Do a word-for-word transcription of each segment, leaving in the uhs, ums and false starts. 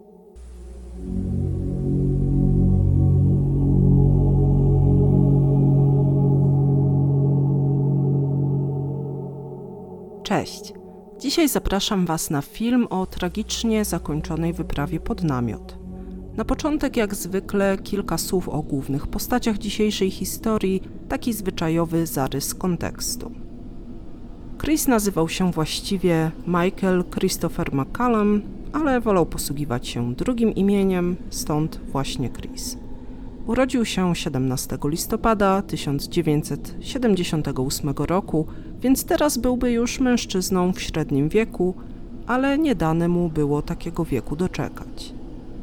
Cześć! Dzisiaj zapraszam Was na film o tragicznie zakończonej wyprawie pod namiot. Na początek, jak zwykle, kilka słów o głównych postaciach dzisiejszej historii, taki zwyczajowy zarys kontekstu. Chris nazywał się właściwie Michael Christopher McCallum, ale wolał posługiwać się drugim imieniem, stąd właśnie Chris. Urodził się siedemnastego listopada tysiąc dziewięćset siedemdziesiątego ósmego roku, więc teraz byłby już mężczyzną w średnim wieku, ale nie dane mu było takiego wieku doczekać.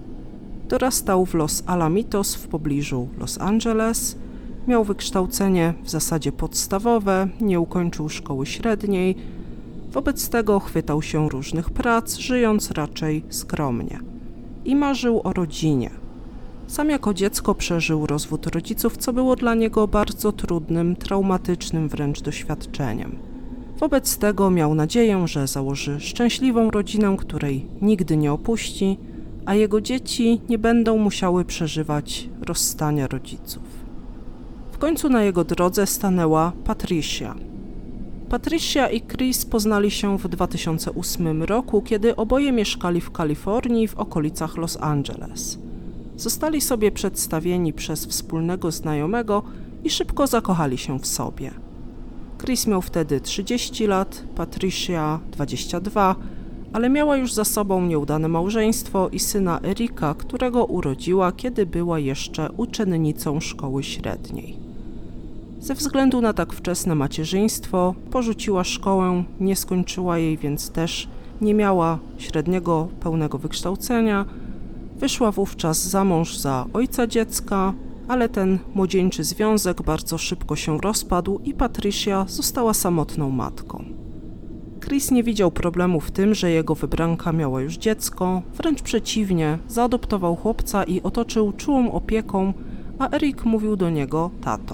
Dorastał w Los Alamitos w pobliżu Los Angeles, miał wykształcenie w zasadzie podstawowe, nie ukończył szkoły średniej, wobec tego chwytał się różnych prac, żyjąc raczej skromnie. I marzył o rodzinie. Sam jako dziecko przeżył rozwód rodziców, co było dla niego bardzo trudnym, traumatycznym wręcz doświadczeniem. Wobec tego miał nadzieję, że założy szczęśliwą rodzinę, której nigdy nie opuści, a jego dzieci nie będą musiały przeżywać rozstania rodziców. W końcu na jego drodze stanęła Patricia. Patricia i Chris poznali się w dwa tysiące ósmym roku, kiedy oboje mieszkali w Kalifornii w okolicach Los Angeles. Zostali sobie przedstawieni przez wspólnego znajomego i szybko zakochali się w sobie. Chris miał wtedy trzydzieści lat, Patricia dwadzieścia dwa, ale miała już za sobą nieudane małżeństwo i syna Erika, którego urodziła, kiedy była jeszcze uczennicą szkoły średniej. Ze względu na tak wczesne macierzyństwo porzuciła szkołę, nie skończyła jej, więc też nie miała średniego, pełnego wykształcenia. Wyszła wówczas za mąż za ojca dziecka, ale ten młodzieńczy związek bardzo szybko się rozpadł i Patricia została samotną matką. Chris nie widział problemu w tym, że jego wybranka miała już dziecko, wręcz przeciwnie, zaadoptował chłopca i otoczył czułą opieką, a Erik mówił do niego tato.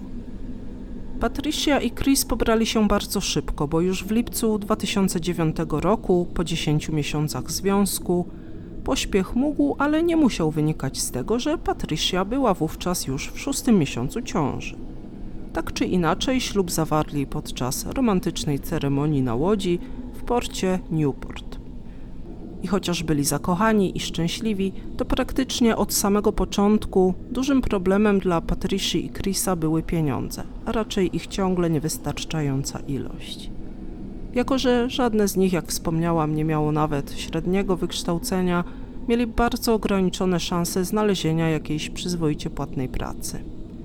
Patricia i Chris pobrali się bardzo szybko, bo już w lipcu dwa tysiące dziewiątego roku, po dziesięciu miesiącach związku, pośpiech mógł, ale nie musiał wynikać z tego, że Patricia była wówczas już w szóstym miesiącu ciąży. Tak czy inaczej, ślub zawarli podczas romantycznej ceremonii na łodzi w porcie Newport. I chociaż byli zakochani i szczęśliwi, to praktycznie od samego początku dużym problemem dla Patricia i Chrisa były pieniądze, a raczej ich ciągle niewystarczająca ilość. Jako że żadne z nich, jak wspomniałam, nie miało nawet średniego wykształcenia, mieli bardzo ograniczone szanse znalezienia jakiejś przyzwoicie płatnej pracy.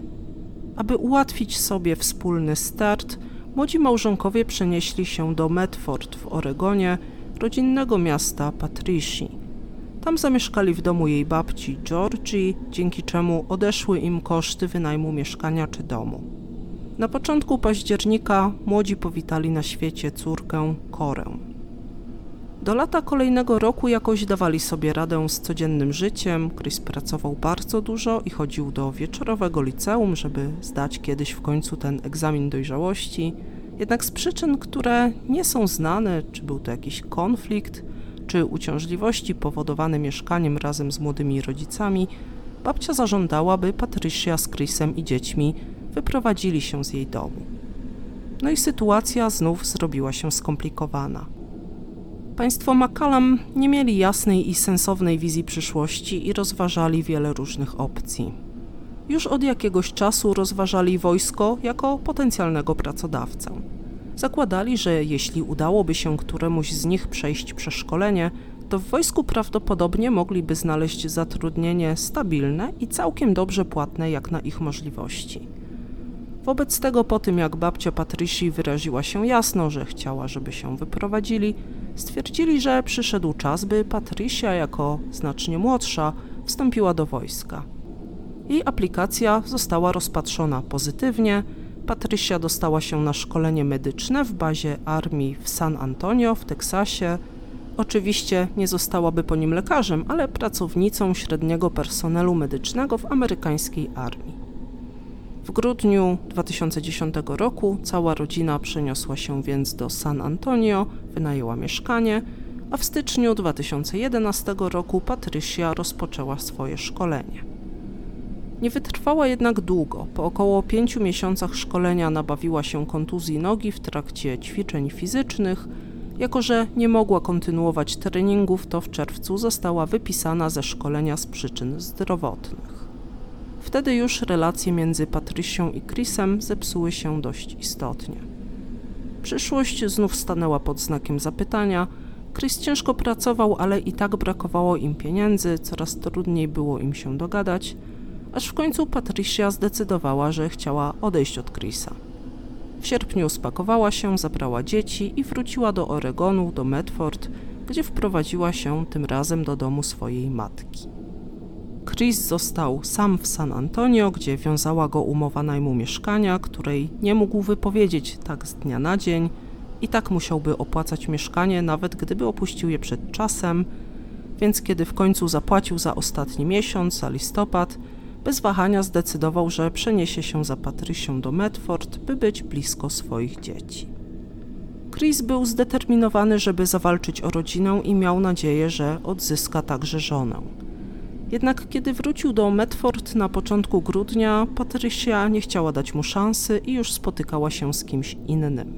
Aby ułatwić sobie wspólny start, młodzi małżonkowie przenieśli się do Medford w Oregonie, rodzinnego miasta Patricji. Tam zamieszkali w domu jej babci Georgii, dzięki czemu odeszły im koszty wynajmu mieszkania czy domu. Na początku października młodzi powitali na świecie córkę Corę. Do lata kolejnego roku jakoś dawali sobie radę z codziennym życiem. Chris pracował bardzo dużo i chodził do wieczorowego liceum, żeby zdać kiedyś w końcu ten egzamin dojrzałości. Jednak z przyczyn, które nie są znane, czy był to jakiś konflikt, czy uciążliwości powodowane mieszkaniem razem z młodymi rodzicami, babcia zażądała, by Patricia z Chrisem i dziećmi wyprowadzili się z jej domu. No i sytuacja znów zrobiła się skomplikowana. Państwo McCallum nie mieli jasnej i sensownej wizji przyszłości i rozważali wiele różnych opcji. Już od jakiegoś czasu rozważali wojsko jako potencjalnego pracodawcę. Zakładali, że jeśli udałoby się któremuś z nich przejść przeszkolenie, to w wojsku prawdopodobnie mogliby znaleźć zatrudnienie stabilne i całkiem dobrze płatne jak na ich możliwości. Wobec tego, po tym jak babcia Patricia wyraziła się jasno, że chciała, żeby się wyprowadzili, stwierdzili, że przyszedł czas, by Patricia jako znacznie młodsza wstąpiła do wojska. Jej aplikacja została rozpatrzona pozytywnie. Patricia dostała się na szkolenie medyczne w bazie armii w San Antonio w Teksasie. Oczywiście nie zostałaby po nim lekarzem, ale pracownicą średniego personelu medycznego w amerykańskiej armii. W grudniu dwa tysiące dziesiątego roku cała rodzina przeniosła się więc do San Antonio, wynajęła mieszkanie, a w styczniu dwa tysiące jedenastego roku Patricia rozpoczęła swoje szkolenie. Nie wytrwała jednak długo. Po około pięciu miesiącach szkolenia nabawiła się kontuzji nogi w trakcie ćwiczeń fizycznych. Jako że nie mogła kontynuować treningów, to w czerwcu została wypisana ze szkolenia z przyczyn zdrowotnych. Wtedy już relacje między Patricią i Chrisem zepsuły się dość istotnie. Przyszłość znów stanęła pod znakiem zapytania. Chris ciężko pracował, ale i tak brakowało im pieniędzy, coraz trudniej było im się dogadać, aż w końcu Patricia zdecydowała, że chciała odejść od Chrisa. W sierpniu spakowała się, zabrała dzieci i wróciła do Oregonu, do Medford, gdzie wprowadziła się tym razem do domu swojej matki. Chris został sam w San Antonio, gdzie wiązała go umowa najmu mieszkania, której nie mógł wypowiedzieć tak z dnia na dzień i tak musiałby opłacać mieszkanie, nawet gdyby opuścił je przed czasem, więc kiedy w końcu zapłacił za ostatni miesiąc, za listopad, bez wahania zdecydował, że przeniesie się za Patricią do Medford, by być blisko swoich dzieci. Chris był zdeterminowany, żeby zawalczyć o rodzinę i miał nadzieję, że odzyska także żonę. Jednak kiedy wrócił do Medford na początku grudnia, Patricia nie chciała dać mu szansy i już spotykała się z kimś innym.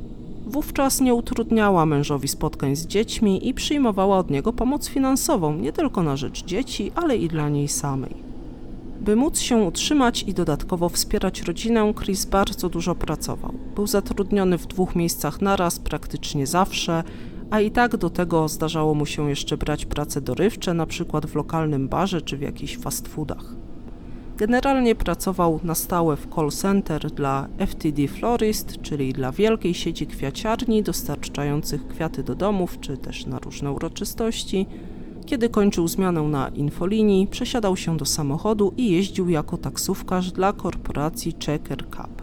Wówczas nie utrudniała mężowi spotkań z dziećmi i przyjmowała od niego pomoc finansową, nie tylko na rzecz dzieci, ale i dla niej samej. By móc się utrzymać i dodatkowo wspierać rodzinę, Chris bardzo dużo pracował. Był zatrudniony w dwóch miejscach naraz praktycznie zawsze, a i tak do tego zdarzało mu się jeszcze brać prace dorywcze, na przykład w lokalnym barze czy w jakichś fast foodach. Generalnie pracował na stałe w call center dla F T D Florist, czyli dla wielkiej sieci kwiaciarni dostarczających kwiaty do domów czy też na różne uroczystości. Kiedy kończył zmianę na infolinii, przesiadał się do samochodu i jeździł jako taksówkarz dla korporacji Checker Cab.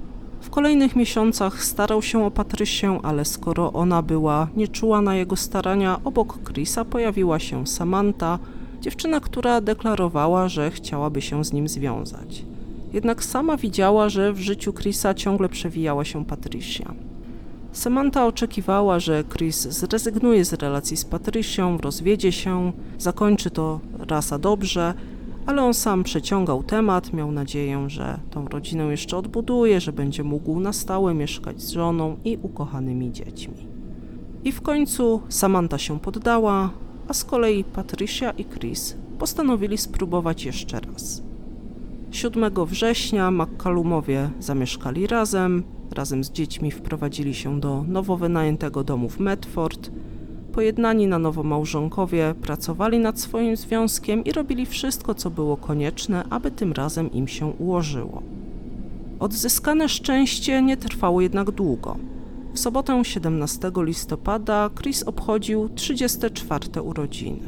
W kolejnych miesiącach starał się o Patricię, ale skoro ona była nieczuła na jego starania, obok Chrisa pojawiła się Samantha, dziewczyna, która deklarowała, że chciałaby się z nim związać. Jednak sama widziała, że w życiu Chrisa ciągle przewijała się Patricia. Samantha oczekiwała, że Chris zrezygnuje z relacji z Patricią, rozwiedzie się, zakończy to raz a dobrze, ale on sam przeciągał temat, miał nadzieję, że tą rodzinę jeszcze odbuduje, że będzie mógł na stałe mieszkać z żoną i ukochanymi dziećmi. I w końcu Samantha się poddała, a z kolei Patricia i Chris postanowili spróbować jeszcze raz. siódmego września McCallumowie zamieszkali razem, razem z dziećmi wprowadzili się do nowo wynajętego domu w Medford. Pojednani na nowo małżonkowie pracowali nad swoim związkiem i robili wszystko, co było konieczne, aby tym razem im się ułożyło. Odzyskane szczęście nie trwało jednak długo. W sobotę siedemnastego listopada Chris obchodził trzydzieste czwarte urodziny.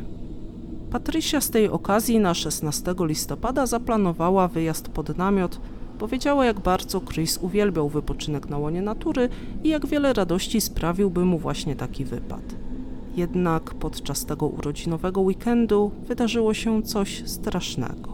Patricia z tej okazji na szesnastego listopada zaplanowała wyjazd pod namiot. Powiedziała, jak bardzo Chris uwielbiał wypoczynek na łonie natury i jak wiele radości sprawiłby mu właśnie taki wypad. Jednak podczas tego urodzinowego weekendu wydarzyło się coś strasznego.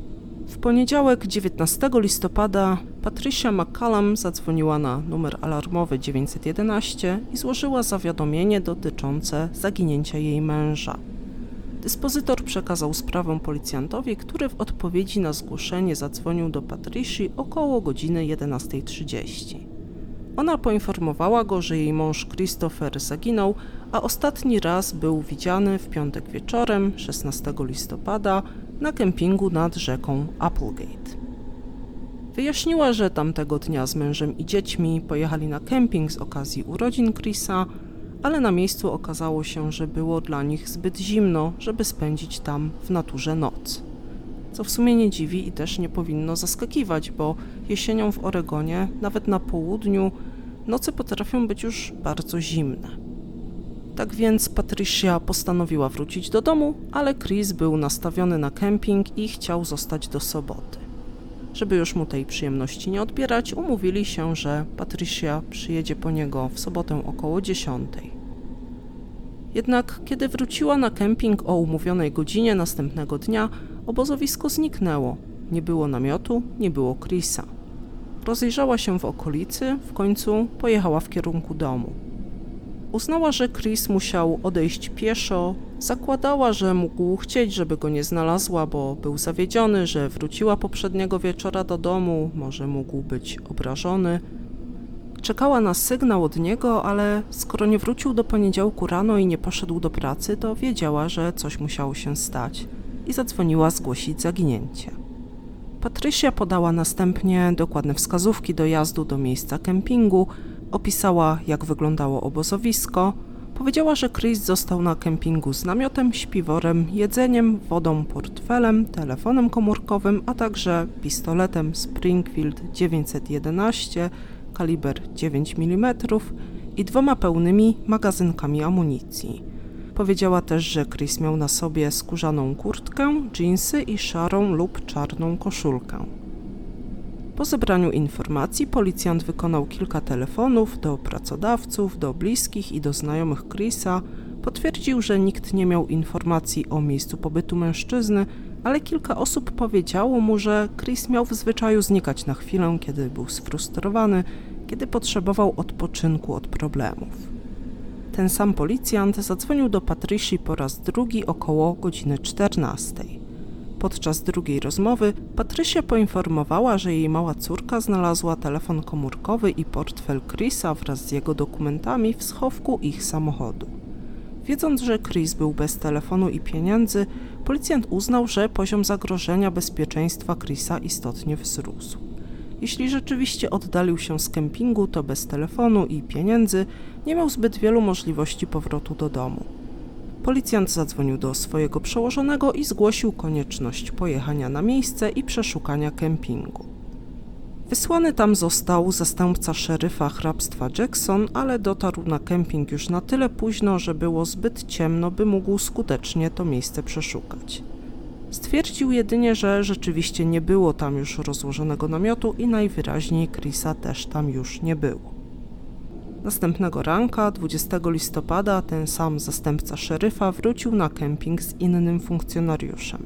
W poniedziałek dziewiętnastego listopada Patricia McCallum zadzwoniła na numer alarmowy dziewięćset jedenaście i złożyła zawiadomienie dotyczące zaginięcia jej męża. Dyspozytor przekazał sprawę policjantowi, który w odpowiedzi na zgłoszenie zadzwonił do Patricji około godziny jedenastej trzydzieści. Ona poinformowała go, że jej mąż Christopher zaginął, a ostatni raz był widziany w piątek wieczorem, szesnastego listopada, na kempingu nad rzeką Applegate. Wyjaśniła, że tamtego dnia z mężem i dziećmi pojechali na kemping z okazji urodzin Chrisa, ale na miejscu okazało się, że było dla nich zbyt zimno, żeby spędzić tam w naturze noc. Co w sumie nie dziwi i też nie powinno zaskakiwać, bo jesienią w Oregonie, nawet na południu, noce potrafią być już bardzo zimne. Tak więc Patricia postanowiła wrócić do domu, ale Chris był nastawiony na kemping i chciał zostać do soboty. Żeby już mu tej przyjemności nie odbierać, umówili się, że Patricia przyjedzie po niego w sobotę około dziesiątej. Jednak kiedy wróciła na kemping o umówionej godzinie następnego dnia, obozowisko zniknęło. Nie było namiotu, nie było Chrisa. Rozejrzała się w okolicy, w końcu pojechała w kierunku domu. Uznała, że Chris musiał odejść pieszo, zakładała, że mógł chcieć, żeby go nie znalazła, bo był zawiedziony, że wróciła poprzedniego wieczora do domu, może mógł być obrażony. Czekała na sygnał od niego, ale skoro nie wrócił do poniedziałku rano i nie poszedł do pracy, to wiedziała, że coś musiało się stać i zadzwoniła zgłosić zaginięcie. Patricia podała następnie dokładne wskazówki dojazdu do miejsca kempingu, opisała, jak wyglądało obozowisko, powiedziała, że Chris został na kempingu z namiotem, śpiworem, jedzeniem, wodą, portfelem, telefonem komórkowym, a także pistoletem Springfield dziewięćset jedenaście, kaliber dziewięć milimetrów i dwoma pełnymi magazynkami amunicji. Powiedziała też, że Chris miał na sobie skórzaną kurtkę, dżinsy i szarą lub czarną koszulkę. Po zebraniu informacji policjant wykonał kilka telefonów do pracodawców, do bliskich i do znajomych Chrisa. Potwierdził, że nikt nie miał informacji o miejscu pobytu mężczyzny, ale kilka osób powiedziało mu, że Chris miał w zwyczaju znikać na chwilę, kiedy był sfrustrowany, kiedy potrzebował odpoczynku od problemów. Ten sam policjant zadzwonił do Patricia po raz drugi około godziny czternastej. Podczas drugiej rozmowy Patricia poinformowała, że jej mała córka znalazła telefon komórkowy i portfel Chrisa wraz z jego dokumentami w schowku ich samochodu. Wiedząc, że Chris był bez telefonu i pieniędzy, policjant uznał, że poziom zagrożenia bezpieczeństwa Chrisa istotnie wzrósł. Jeśli rzeczywiście oddalił się z kempingu, to bez telefonu i pieniędzy nie miał zbyt wielu możliwości powrotu do domu. Policjant zadzwonił do swojego przełożonego i zgłosił konieczność pojechania na miejsce i przeszukania kempingu. Wysłany tam został zastępca szeryfa hrabstwa Jackson, ale dotarł na kemping już na tyle późno, że było zbyt ciemno, by mógł skutecznie to miejsce przeszukać. Stwierdził jedynie, że rzeczywiście nie było tam już rozłożonego namiotu i najwyraźniej Chrisa też tam już nie było. Następnego ranka, dwudziestego listopada, ten sam zastępca szeryfa wrócił na kemping z innym funkcjonariuszem.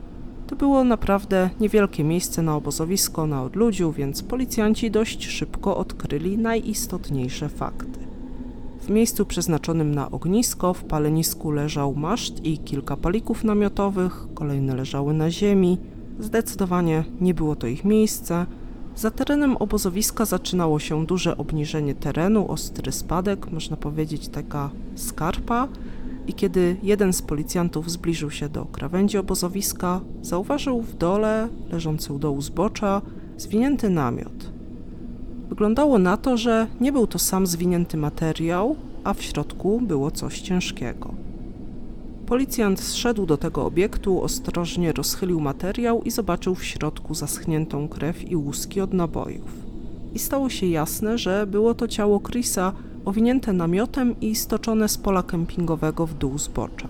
To było naprawdę niewielkie miejsce na obozowisko na odludziu, więc policjanci dość szybko odkryli najistotniejsze fakty. W miejscu przeznaczonym na ognisko w palenisku leżał maszt i kilka palików namiotowych, kolejne leżały na ziemi. Zdecydowanie nie było to ich miejsce. Za terenem obozowiska zaczynało się duże obniżenie terenu, ostry spadek, można powiedzieć taka skarpa, i kiedy jeden z policjantów zbliżył się do krawędzi obozowiska, zauważył w dole, leżący u dołu zbocza, zwinięty namiot. Wyglądało na to, że nie był to sam zwinięty materiał, a w środku było coś ciężkiego. Policjant zszedł do tego obiektu, ostrożnie rozchylił materiał i zobaczył w środku zaschniętą krew i łuski od nabojów. I stało się jasne, że było to ciało Chrisa owinięte namiotem i stoczone z pola kempingowego w dół zbocza.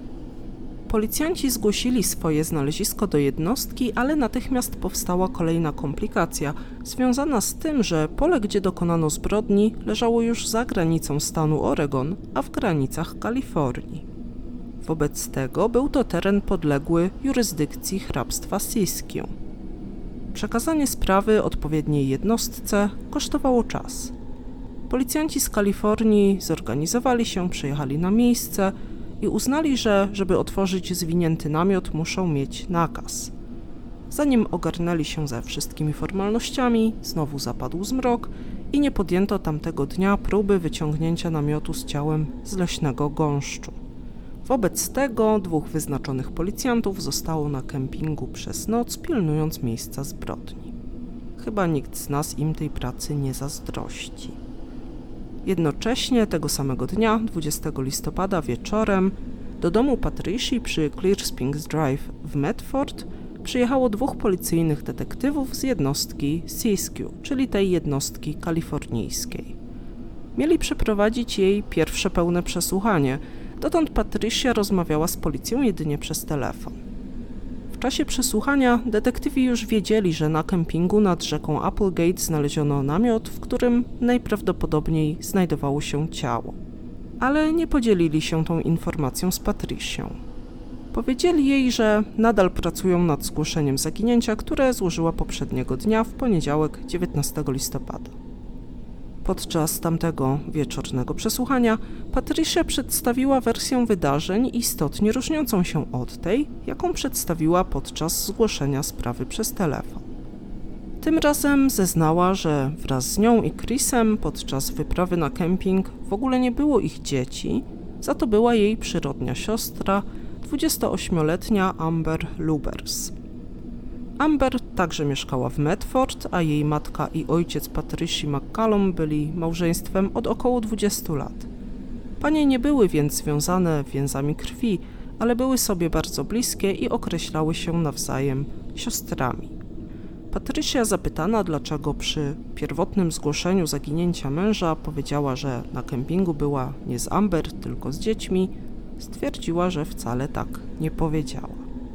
Policjanci zgłosili swoje znalezisko do jednostki, ale natychmiast powstała kolejna komplikacja, związana z tym, że pole, gdzie dokonano zbrodni, leżało już za granicą stanu Oregon, a w granicach Kalifornii. Wobec tego był to teren podległy jurysdykcji hrabstwa Siskiyou. Przekazanie sprawy odpowiedniej jednostce kosztowało czas. Policjanci z Kalifornii zorganizowali się, przyjechali na miejsce i uznali, że żeby otworzyć zwinięty namiot, muszą mieć nakaz. Zanim ogarnęli się ze wszystkimi formalnościami, znowu zapadł zmrok i nie podjęto tamtego dnia próby wyciągnięcia namiotu z ciałem z leśnego gąszczu. Wobec tego dwóch wyznaczonych policjantów zostało na kempingu przez noc, pilnując miejsca zbrodni. Chyba nikt z nas im tej pracy nie zazdrości. Jednocześnie tego samego dnia, dwudziestego listopada wieczorem, do domu Patricia przy Clear Springs Drive w Medford przyjechało dwóch policyjnych detektywów z jednostki Siskiyou, czyli tej jednostki kalifornijskiej. Mieli przeprowadzić jej pierwsze pełne przesłuchanie. Dotąd Patricia rozmawiała z policją jedynie przez telefon. W czasie przesłuchania detektywi już wiedzieli, że na kempingu nad rzeką Applegate znaleziono namiot, w którym najprawdopodobniej znajdowało się ciało. Ale nie podzielili się tą informacją z Patricią. Powiedzieli jej, że nadal pracują nad zgłoszeniem zaginięcia, które złożyła poprzedniego dnia w poniedziałek dziewiętnastego listopada. Podczas tamtego wieczornego przesłuchania Patricia przedstawiła wersję wydarzeń istotnie różniącą się od tej, jaką przedstawiła podczas zgłoszenia sprawy przez telefon. Tym razem zeznała, że wraz z nią i Chrisem podczas wyprawy na kemping w ogóle nie było ich dzieci, za to była jej przyrodnia siostra, dwudziestoośmioletnia Amber Lubbers. Amber także mieszkała w Medford, a jej matka i ojciec Patricia McCallum byli małżeństwem od około dwudziestu lat. Panie nie były więc związane więzami krwi, ale były sobie bardzo bliskie i określały się nawzajem siostrami. Patricia zapytana, dlaczego przy pierwotnym zgłoszeniu zaginięcia męża powiedziała, że na kempingu była nie z Amber, tylko z dziećmi, stwierdziła, że wcale tak nie powiedziała.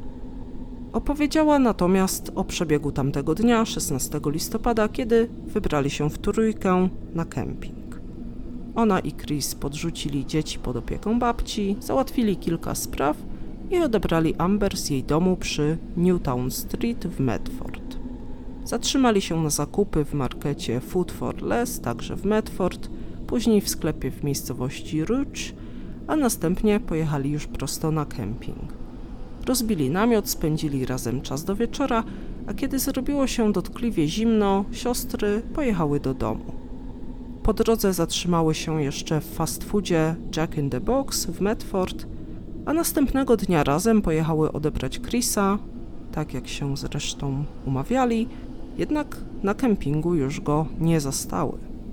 Opowiedziała natomiast o przebiegu tamtego dnia, szesnastego listopada, kiedy wybrali się w trójkę na kemping. Ona i Chris podrzucili dzieci pod opieką babci, załatwili kilka spraw i odebrali Amber z jej domu przy Newtown Street w Medford. Zatrzymali się na zakupy w markecie Food for Less, także w Medford, później w sklepie w miejscowości Rouge, a następnie pojechali już prosto na kemping. Rozbili namiot, spędzili razem czas do wieczora, a kiedy zrobiło się dotkliwie zimno, siostry pojechały do domu. Po drodze zatrzymały się jeszcze w fast foodzie Jack in the Box w Medford, a następnego dnia razem pojechały odebrać Chrisa, tak jak się zresztą umawiali, jednak na kempingu już go nie zastały.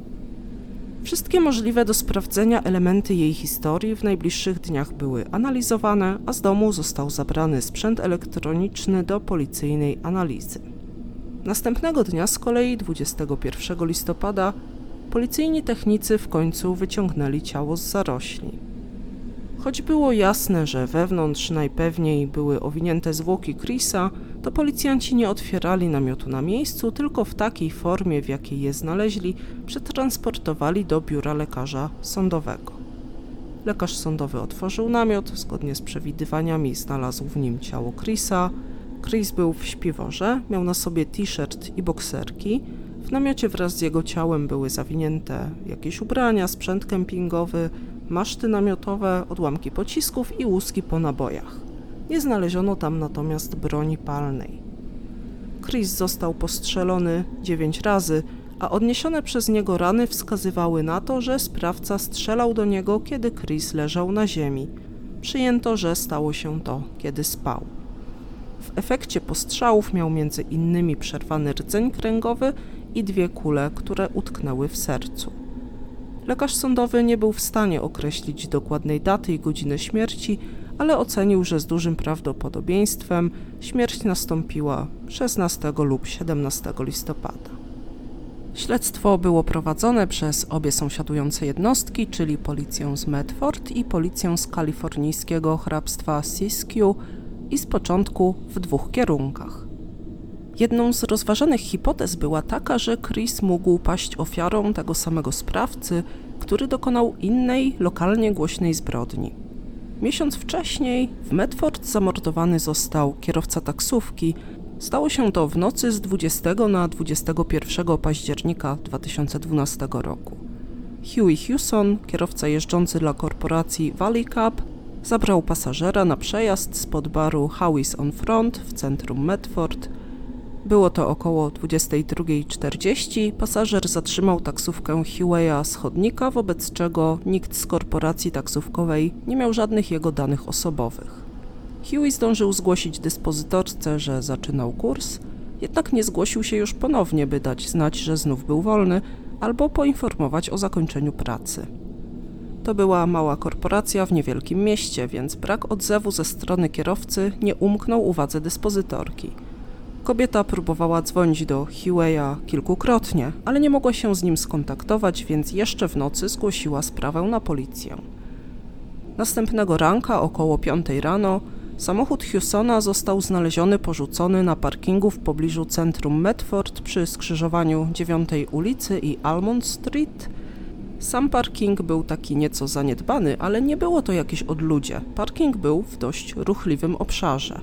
Wszystkie możliwe do sprawdzenia elementy jej historii w najbliższych dniach były analizowane, a z domu został zabrany sprzęt elektroniczny do policyjnej analizy. Następnego dnia z kolei, dwudziestego pierwszego listopada, policyjni technicy w końcu wyciągnęli ciało z zarośli. Choć było jasne, że wewnątrz najpewniej były owinięte zwłoki Chrisa, to policjanci nie otwierali namiotu na miejscu, tylko w takiej formie, w jakiej je znaleźli, przetransportowali do biura lekarza sądowego. Lekarz sądowy otworzył namiot, zgodnie z przewidywaniami znalazł w nim ciało Chrisa. Chris był w śpiworze, miał na sobie t-shirt i bokserki. W namiocie wraz z jego ciałem były zawinięte jakieś ubrania, sprzęt kempingowy, maszty namiotowe, odłamki pocisków i łuski po nabojach. Nie znaleziono tam natomiast broni palnej. Chris został postrzelony dziewięć razy, a odniesione przez niego rany wskazywały na to, że sprawca strzelał do niego, kiedy Chris leżał na ziemi. Przyjęto, że stało się to, kiedy spał. W efekcie postrzałów miał między innymi przerwany rdzeń kręgowy i dwie kule, które utknęły w sercu. Lekarz sądowy nie był w stanie określić dokładnej daty i godziny śmierci, ale ocenił, że z dużym prawdopodobieństwem śmierć nastąpiła szesnastego lub siedemnastego listopada. Śledztwo było prowadzone przez obie sąsiadujące jednostki, czyli policję z Medford i policję z kalifornijskiego hrabstwa Siskiyou i z początku w dwóch kierunkach. Jedną z rozważanych hipotez była taka, że Chris mógł paść ofiarą tego samego sprawcy, który dokonał innej, lokalnie głośnej zbrodni. Miesiąc wcześniej w Medford zamordowany został kierowca taksówki. Stało się to w nocy z dwudziestego na dwudziestego pierwszego października dwa tysiące dwunastego roku. Huey Hewson, kierowca jeżdżący dla korporacji Valley Cab, zabrał pasażera na przejazd spod baru Howie's on Front w centrum Medford. Było to około dwudziesta druga czterdzieści. Pasażer zatrzymał taksówkę Hueya z chodnika, wobec czego nikt z korporacji taksówkowej nie miał żadnych jego danych osobowych. Huey zdążył zgłosić dyspozytorce, że zaczynał kurs, jednak nie zgłosił się już ponownie, by dać znać, że znów był wolny, albo poinformować o zakończeniu pracy. To była mała korporacja w niewielkim mieście, więc brak odzewu ze strony kierowcy nie umknął uwadze dyspozytorki. Kobieta próbowała dzwonić do Hueya kilkukrotnie, ale nie mogła się z nim skontaktować, więc jeszcze w nocy zgłosiła sprawę na policję. Następnego ranka, około piątej rano, samochód Hewsona został znaleziony porzucony na parkingu w pobliżu centrum Medford przy skrzyżowaniu dziewiątej ulicy i Almond Street. Sam parking był taki nieco zaniedbany, ale nie było to jakieś odludzie. Parking był w dość ruchliwym obszarze.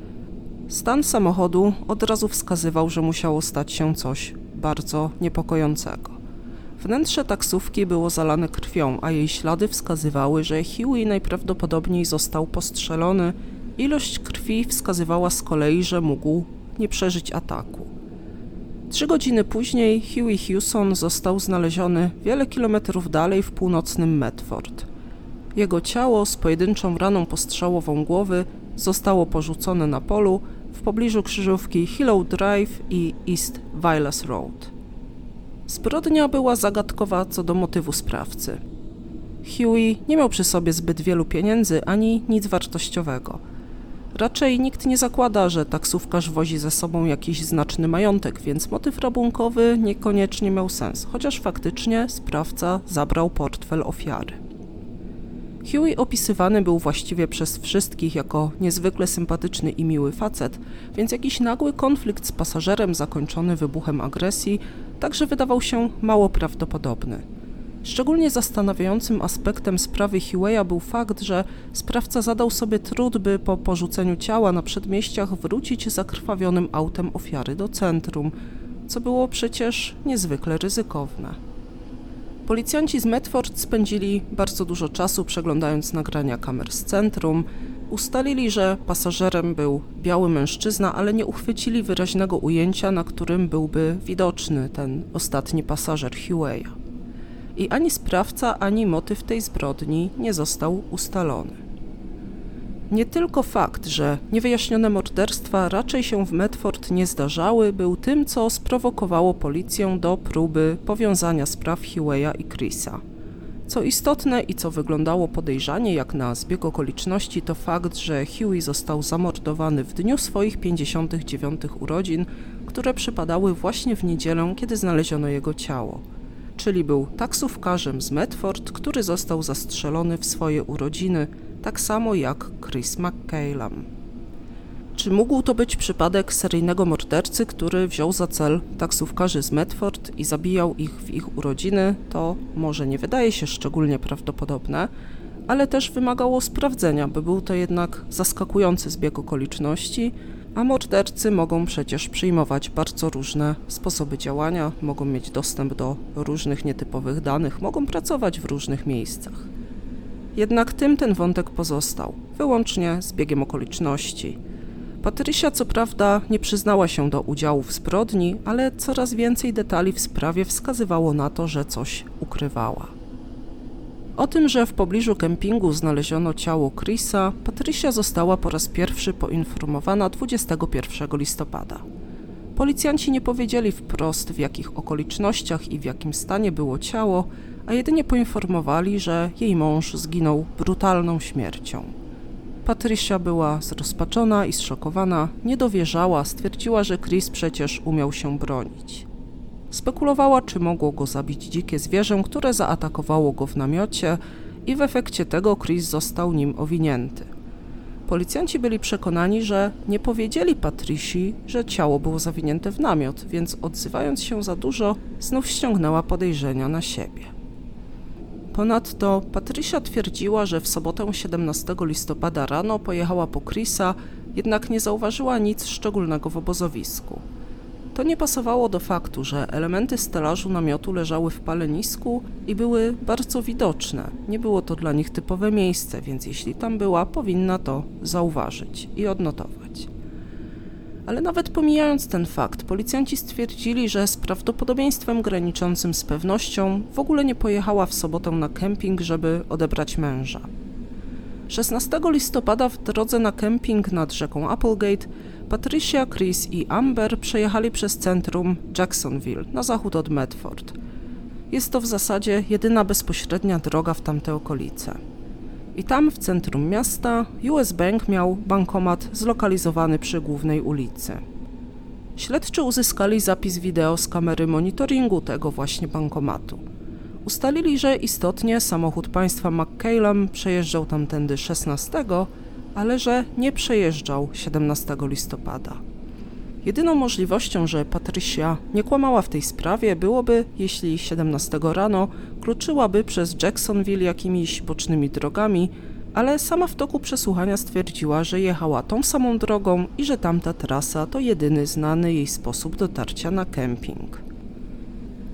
Stan samochodu od razu wskazywał, że musiało stać się coś bardzo niepokojącego. Wnętrze taksówki było zalane krwią, a jej ślady wskazywały, że Huey najprawdopodobniej został postrzelony. Ilość krwi wskazywała z kolei, że mógł nie przeżyć ataku. Trzy godziny później Huey Hewson został znaleziony wiele kilometrów dalej w północnym Medford. Jego ciało z pojedynczą raną postrzałową głowy zostało porzucone na polu w pobliżu krzyżówki Hillow Drive i East Vilas Road. Zbrodnia była zagadkowa co do motywu sprawcy. Huey nie miał przy sobie zbyt wielu pieniędzy ani nic wartościowego. Raczej nikt nie zakłada, że taksówkarz wozi ze sobą jakiś znaczny majątek, więc motyw rabunkowy niekoniecznie miał sens, chociaż faktycznie sprawca zabrał portfel ofiary. Huey opisywany był właściwie przez wszystkich jako niezwykle sympatyczny i miły facet, więc jakiś nagły konflikt z pasażerem zakończony wybuchem agresji także wydawał się mało prawdopodobny. Szczególnie zastanawiającym aspektem sprawy Hueya był fakt, że sprawca zadał sobie trud, by po porzuceniu ciała na przedmieściach wrócić zakrwawionym autem ofiary do centrum, co było przecież niezwykle ryzykowne. Policjanci z Medford spędzili bardzo dużo czasu przeglądając nagrania kamer z centrum. Ustalili, że pasażerem był biały mężczyzna, ale nie uchwycili wyraźnego ujęcia, na którym byłby widoczny ten ostatni pasażer Hueya. I ani sprawca, ani motyw tej zbrodni nie został ustalony. Nie tylko fakt, że niewyjaśnione morderstwa raczej się w Medford nie zdarzały, był tym, co sprowokowało policję do próby powiązania spraw Hueya i Chrisa. Co istotne i co wyglądało podejrzanie jak na zbieg okoliczności, to fakt, że Huey został zamordowany w dniu swoich pięćdziesiątych dziewiątych urodzin, które przypadały właśnie w niedzielę, kiedy znaleziono jego ciało. Czyli był taksówkarzem z Medford, który został zastrzelony w swoje urodziny, tak samo jak Chris McCallum. Czy mógł to być przypadek seryjnego mordercy, który wziął za cel taksówkarzy z Medford i zabijał ich w ich urodziny, to może nie wydaje się szczególnie prawdopodobne, ale też wymagało sprawdzenia, by był to jednak zaskakujący zbieg okoliczności, a mordercy mogą przecież przyjmować bardzo różne sposoby działania, mogą mieć dostęp do różnych nietypowych danych, mogą pracować w różnych miejscach. Jednak tym ten wątek pozostał, wyłącznie zbiegiem okoliczności. Patrycja co prawda nie przyznała się do udziału w zbrodni, ale coraz więcej detali w sprawie wskazywało na to, że coś ukrywała. O tym, że w pobliżu kempingu znaleziono ciało Chrisa, Patrycja została po raz pierwszy poinformowana dwudziestego pierwszego listopada. Policjanci nie powiedzieli wprost, w jakich okolicznościach i w jakim stanie było ciało, a jedynie poinformowali, że jej mąż zginął brutalną śmiercią. Patrycja była zrozpaczona i zszokowana, nie dowierzała, stwierdziła, że Chris przecież umiał się bronić. Spekulowała, czy mogło go zabić dzikie zwierzę, które zaatakowało go w namiocie i w efekcie tego Chris został nim owinięty. Policjanci byli przekonani, że nie powiedzieli Patrycji, że ciało było zawinięte w namiot, więc odzywając się za dużo, znów ściągnęła podejrzenia na siebie. Ponadto Patrycja twierdziła, że w sobotę siedemnastego listopada rano pojechała po Chrisa, jednak nie zauważyła nic szczególnego w obozowisku. To nie pasowało do faktu, że elementy stelażu namiotu leżały w palenisku i były bardzo widoczne. Nie było to dla nich typowe miejsce, więc jeśli tam była, powinna to zauważyć i odnotować. Ale nawet pomijając ten fakt, policjanci stwierdzili, że z prawdopodobieństwem graniczącym z pewnością w ogóle nie pojechała w sobotę na kemping, żeby odebrać męża. szesnastego listopada w drodze na kemping nad rzeką Applegate Patrycja, Chris i Amber przejechali przez centrum Jacksonville na zachód od Medford. Jest to w zasadzie jedyna bezpośrednia droga w tamte okolice. I tam w centrum miasta U S Bank miał bankomat zlokalizowany przy głównej ulicy. Śledczy uzyskali zapis wideo z kamery monitoringu tego właśnie bankomatu. Ustalili, że istotnie samochód państwa McCallum przejeżdżał tamtędy szesnastego, ale że nie przejeżdżał siedemnastego listopada. Jedyną możliwością, że Patrycja nie kłamała w tej sprawie, byłoby, jeśli siedemnastego rano kroczyłaby przez Jacksonville jakimiś bocznymi drogami, ale sama w toku przesłuchania stwierdziła, że jechała tą samą drogą i że tamta trasa to jedyny znany jej sposób dotarcia na kemping.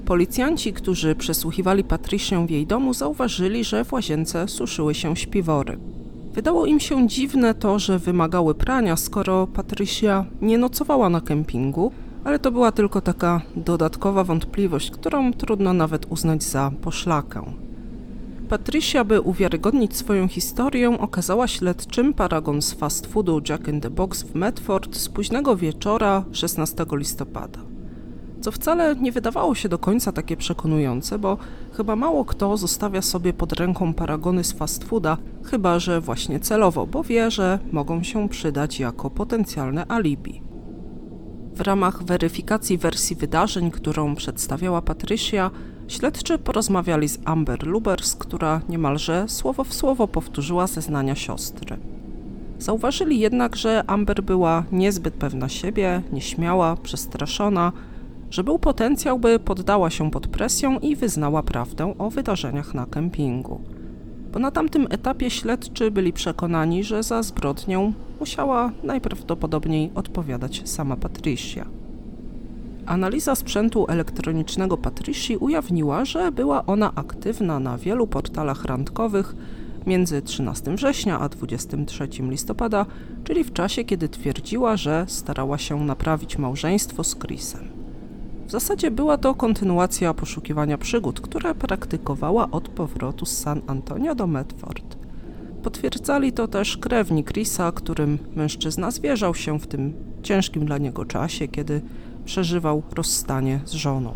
Policjanci, którzy przesłuchiwali Patricię w jej domu, zauważyli, że w łazience suszyły się śpiwory. Wydało im się dziwne to, że wymagały prania, skoro Patricia nie nocowała na kempingu, ale to była tylko taka dodatkowa wątpliwość, którą trudno nawet uznać za poszlakę. Patricia, by uwiarygodnić swoją historię, okazała śledczym paragon z fast foodu Jack in the Box w Medford z późnego wieczora szesnastego listopada. Co wcale nie wydawało się do końca takie przekonujące, bo chyba mało kto zostawia sobie pod ręką paragony z fast fooda, chyba że właśnie celowo, bo wie, że mogą się przydać jako potencjalne alibi. W ramach weryfikacji wersji wydarzeń, którą przedstawiała Patricia, śledczy porozmawiali z Amber Lubbers, która niemalże słowo w słowo powtórzyła zeznania siostry. Zauważyli jednak, że Amber była niezbyt pewna siebie, nieśmiała, przestraszona, że był potencjał, by poddała się pod presją i wyznała prawdę o wydarzeniach na kempingu. Bo na tamtym etapie śledczy byli przekonani, że za zbrodnię musiała najprawdopodobniej odpowiadać sama Patricia. Analiza sprzętu elektronicznego Patricji ujawniła, że była ona aktywna na wielu portalach randkowych między trzynastego września a dwudziestego trzeciego listopada, czyli w czasie, kiedy twierdziła, że starała się naprawić małżeństwo z Chrisem. W zasadzie była to kontynuacja poszukiwania przygód, które praktykowała od powrotu z San Antonio do Medford. Potwierdzali to też krewni Chrisa, którym mężczyzna zwierzał się w tym ciężkim dla niego czasie, kiedy przeżywał rozstanie z żoną.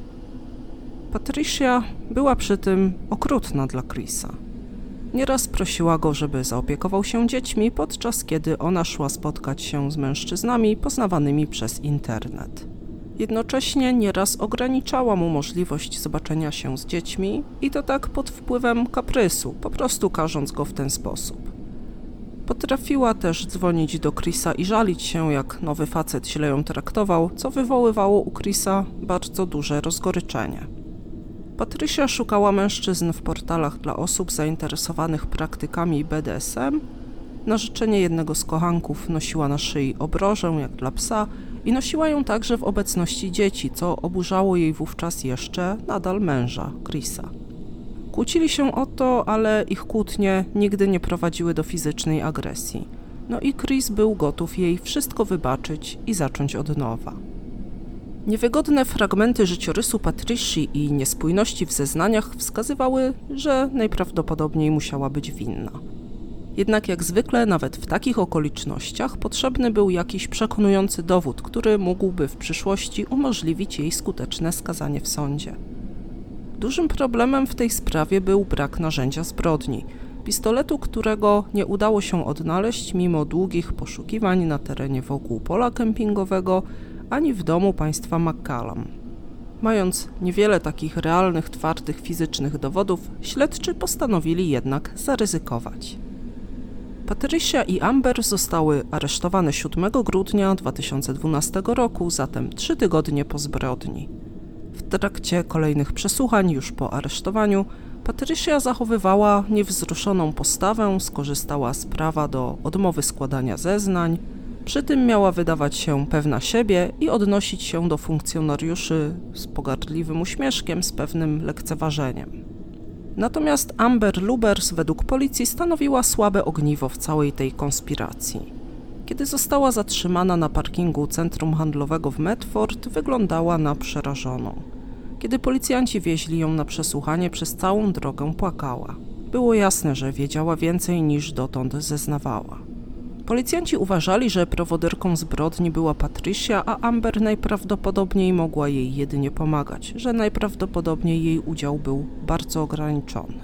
Patricia była przy tym okrutna dla Chrisa. Nieraz prosiła go, żeby zaopiekował się dziećmi, podczas kiedy ona szła spotkać się z mężczyznami poznawanymi przez internet. Jednocześnie nieraz ograniczała mu możliwość zobaczenia się z dziećmi i to tak pod wpływem kaprysu, po prostu karząc go w ten sposób. Potrafiła też dzwonić do Chrisa i żalić się, jak nowy facet źle ją traktował, co wywoływało u Chrisa bardzo duże rozgoryczenie. Patricia szukała mężczyzn w portalach dla osób zainteresowanych praktykami B D S M. Na życzenie jednego z kochanków nosiła na szyi obrożę jak dla psa i nosiła ją także w obecności dzieci, co oburzało jej wówczas jeszcze nadal męża, Chrisa. Kłócili się o to, ale ich kłótnie nigdy nie prowadziły do fizycznej agresji. No i Chris był gotów jej wszystko wybaczyć i zacząć od nowa. Niewygodne fragmenty życiorysu Patricji i niespójności w zeznaniach wskazywały, że najprawdopodobniej musiała być winna. Jednak jak zwykle, nawet w takich okolicznościach, potrzebny był jakiś przekonujący dowód, który mógłby w przyszłości umożliwić jej skuteczne skazanie w sądzie. Dużym problemem w tej sprawie był brak narzędzia zbrodni, pistoletu, którego nie udało się odnaleźć mimo długich poszukiwań na terenie wokół pola kempingowego ani w domu państwa McCallum. Mając niewiele takich realnych, twardych, fizycznych dowodów, śledczy postanowili jednak zaryzykować. Patricia i Amber zostały aresztowane siódmego grudnia dwa tysiące dwunastego roku, zatem trzy tygodnie po zbrodni. W trakcie kolejnych przesłuchań, już po aresztowaniu, Patricia zachowywała niewzruszoną postawę, skorzystała z prawa do odmowy składania zeznań, przy tym miała wydawać się pewna siebie i odnosić się do funkcjonariuszy z pogardliwym uśmieszkiem, z pewnym lekceważeniem. Natomiast Amber Lubbers według policji stanowiła słabe ogniwo w całej tej konspiracji. Kiedy została zatrzymana na parkingu centrum handlowego w Medford, wyglądała na przerażoną. Kiedy policjanci wieźli ją na przesłuchanie, przez całą drogę płakała. Było jasne, że wiedziała więcej niż dotąd zeznawała. Policjanci uważali, że prowodyrką zbrodni była Patricia, a Amber najprawdopodobniej mogła jej jedynie pomagać, że najprawdopodobniej jej udział był bardzo ograniczony.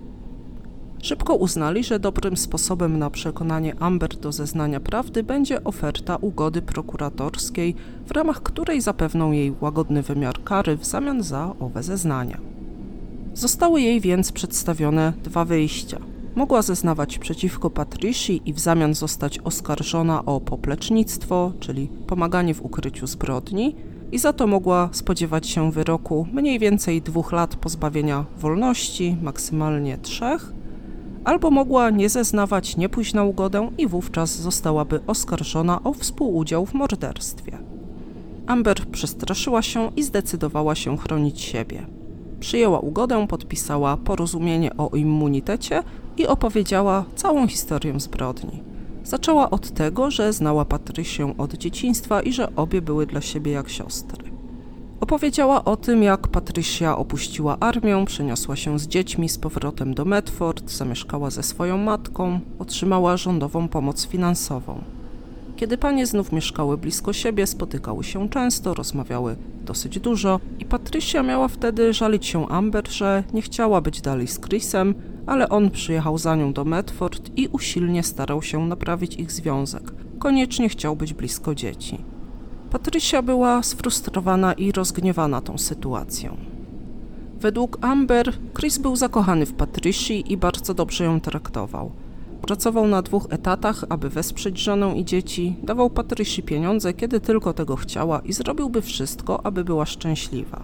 Szybko uznali, że dobrym sposobem na przekonanie Amber do zeznania prawdy będzie oferta ugody prokuratorskiej, w ramach której zapewną jej łagodny wymiar kary w zamian za owe zeznania. Zostały jej więc przedstawione dwa wyjścia. Mogła zeznawać przeciwko Patricji i w zamian zostać oskarżona o poplecznictwo, czyli pomaganie w ukryciu zbrodni, i za to mogła spodziewać się wyroku mniej więcej dwóch lat pozbawienia wolności, maksymalnie trzech, albo mogła nie zeznawać, nie pójść na ugodę i wówczas zostałaby oskarżona o współudział w morderstwie. Amber przestraszyła się i zdecydowała się chronić siebie. Przyjęła ugodę, podpisała porozumienie o immunitecie i opowiedziała całą historię zbrodni. Zaczęła od tego, że znała Patrycję od dzieciństwa i że obie były dla siebie jak siostry. Opowiedziała o tym, jak Patrycja opuściła armię, przeniosła się z dziećmi z powrotem do Medford, zamieszkała ze swoją matką, otrzymała rządową pomoc finansową. Kiedy panie znów mieszkały blisko siebie, spotykały się często, rozmawiały dosyć dużo i Patrycja miała wtedy żalić się Amber, że nie chciała być dalej z Chrisem, ale on przyjechał za nią do Medford i usilnie starał się naprawić ich związek. Koniecznie chciał być blisko dzieci. Patrycja była sfrustrowana i rozgniewana tą sytuacją. Według Amber Chris był zakochany w Patrycji i bardzo dobrze ją traktował. Pracował na dwóch etatach, aby wesprzeć żonę i dzieci, dawał Patrycji pieniądze, kiedy tylko tego chciała i zrobiłby wszystko, aby była szczęśliwa.